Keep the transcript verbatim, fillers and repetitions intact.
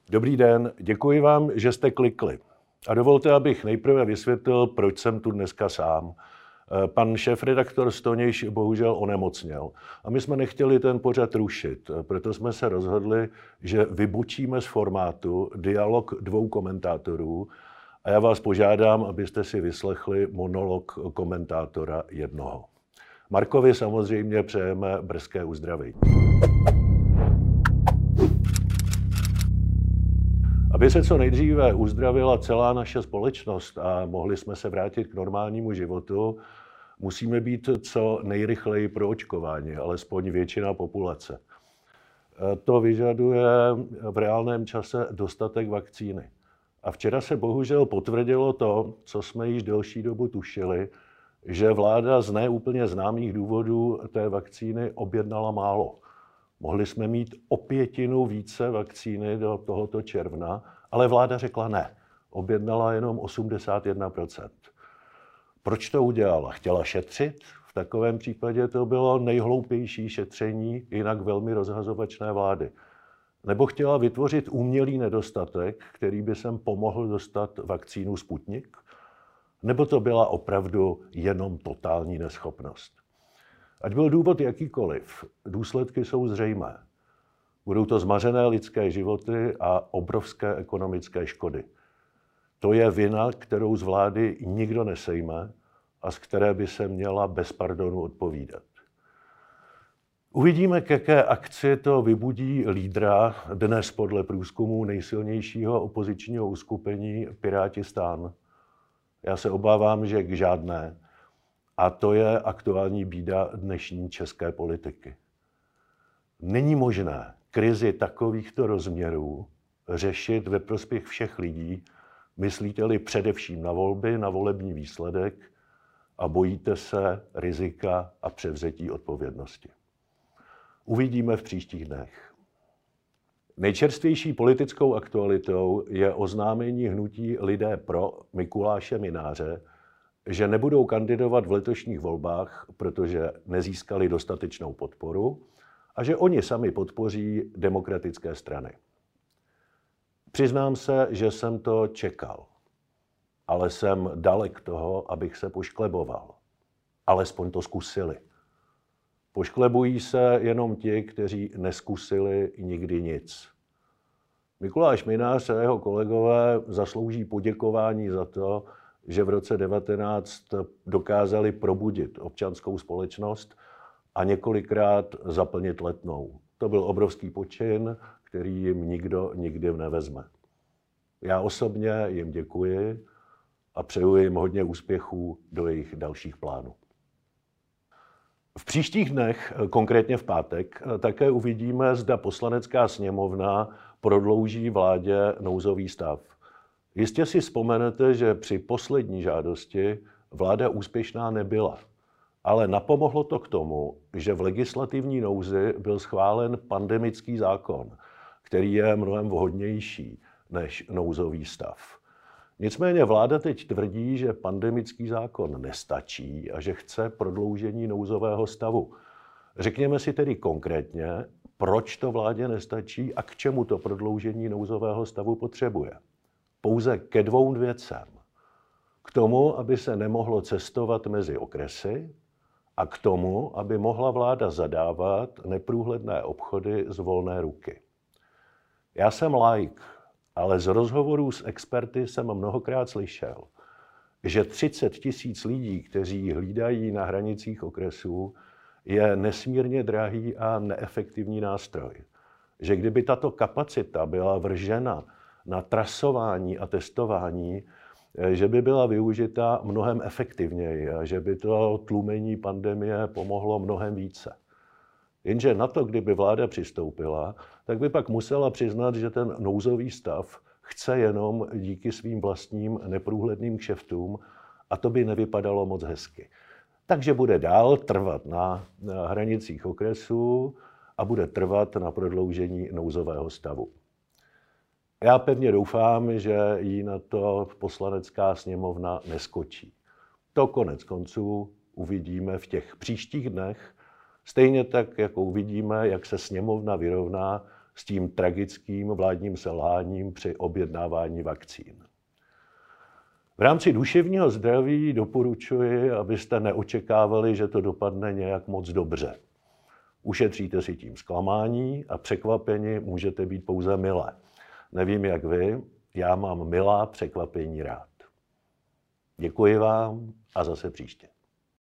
Dobrý den, děkuji vám, že jste klikli. A dovolte, abych nejprve vysvětlil, proč jsem tu dneska sám. Pan šéfredaktor Stoniš bohužel onemocněl a my jsme nechtěli ten pořad rušit, proto jsme se rozhodli, že vybočíme z formátu dialog dvou komentátorů a já vás požádám, abyste si vyslechli monolog komentátora jednoho. Markovi samozřejmě přejeme brzké uzdravění. Aby se co nejdříve uzdravila celá naše společnost a mohli jsme se vrátit k normálnímu životu, musíme být co nejrychleji proočkováni, alespoň většina populace. To vyžaduje v reálném čase dostatek vakcíny. A včera se bohužel potvrdilo to, co jsme již delší dobu tušili, že vláda z neúplně známých důvodů té vakcíny objednala málo. Mohli jsme mít o pětinu více vakcíny do tohoto června, ale vláda řekla ne. Objednala jenom osmdesát jedna procent. Proč to udělala? Chtěla šetřit? V takovém případě to bylo nejhloupější šetření jinak velmi rozhazovačné vlády. Nebo chtěla vytvořit umělý nedostatek, který by sem pomohl dostat vakcínu Sputnik? Nebo to byla opravdu jenom totální neschopnost? Ať byl důvod jakýkoliv, důsledky jsou zřejmé. Budou to zmařené lidské životy a obrovské ekonomické škody. To je vina, kterou z vlády nikdo nesejme a z které by se měla bez pardonu odpovídat. Uvidíme, k jaké akci to vybudí lídra dnes podle průzkumu nejsilnějšího opozičního uskupení Piráti STAN. Já se obávám, že k žádné. A to je aktuální bída dnešní české politiky. Není možné krizi takovýchto rozměrů řešit ve prospěch všech lidí, myslíte-li především na volby, na volební výsledek a bojíte se rizika a převzetí odpovědnosti. Uvidíme v příštích dnech. Nejčerstvější politickou aktualitou je oznámení hnutí Lidé pro Mikuláše Mynáře, že nebudou kandidovat v letošních volbách, protože nezískali dostatečnou podporu a že oni sami podpoří demokratické strany. Přiznám se, že jsem to čekal, ale jsem dalek toho, abych se poškleboval. Alespoň to zkusili. Pošklebují se jenom ti, kteří neskusili nikdy nic. Mikuláš Mynář a jeho kolegové zaslouží poděkování za to, že v roce devatenáct dokázali probudit občanskou společnost a několikrát zaplnit Letnou. To byl obrovský počin, který jim nikdo nikdy nevezme. Já osobně jim děkuji a přeju jim hodně úspěchů do jejich dalších plánů. V příštích dnech, konkrétně v pátek, také uvidíme, zda Poslanecká sněmovna prodlouží vládě nouzový stav. Jistě si vzpomenete, že při poslední žádosti vláda úspěšná nebyla, ale napomohlo to k tomu, že v legislativní nouzi byl schválen pandemický zákon, který je mnohem vhodnější než nouzový stav. Nicméně vláda teď tvrdí, že pandemický zákon nestačí a že chce prodloužení nouzového stavu. Řekněme si tedy konkrétně, proč to vládě nestačí a k čemu to prodloužení nouzového stavu potřebuje. Pouze ke dvou věcem. K tomu, aby se nemohlo cestovat mezi okresy a k tomu, aby mohla vláda zadávat neprůhledné obchody z volné ruky. Já jsem laik, ale z rozhovorů s experty jsem mnohokrát slyšel, že třicet tisíc lidí, kteří hlídají na hranicích okresů, je nesmírně drahý a neefektivní nástroj. Že kdyby tato kapacita byla vržena na trasování a testování, že by byla využita mnohem efektivněji a že by to tlumení pandemie pomohlo mnohem více. Jenže na to, kdyby vláda přistoupila, tak by pak musela přiznat, že ten nouzový stav chce jenom díky svým vlastním neprůhledným kšeftům a to by nevypadalo moc hezky. Takže bude dál trvat na hranicích okresů a bude trvat na prodloužení nouzového stavu. Já pevně doufám, že jí na to Poslanecká sněmovna neskočí. To konec konců uvidíme v těch příštích dnech, stejně tak, jako uvidíme, jak se sněmovna vyrovná s tím tragickým vládním selháním při objednávání vakcín. V rámci duševního zdraví doporučuji, abyste neočekávali, že to dopadne nějak moc dobře. Ušetříte si tím zklamání a překvapení můžete být pouze milé. Nevím, jak vy, já mám milá překvapení rád. Děkuji vám a zase příště.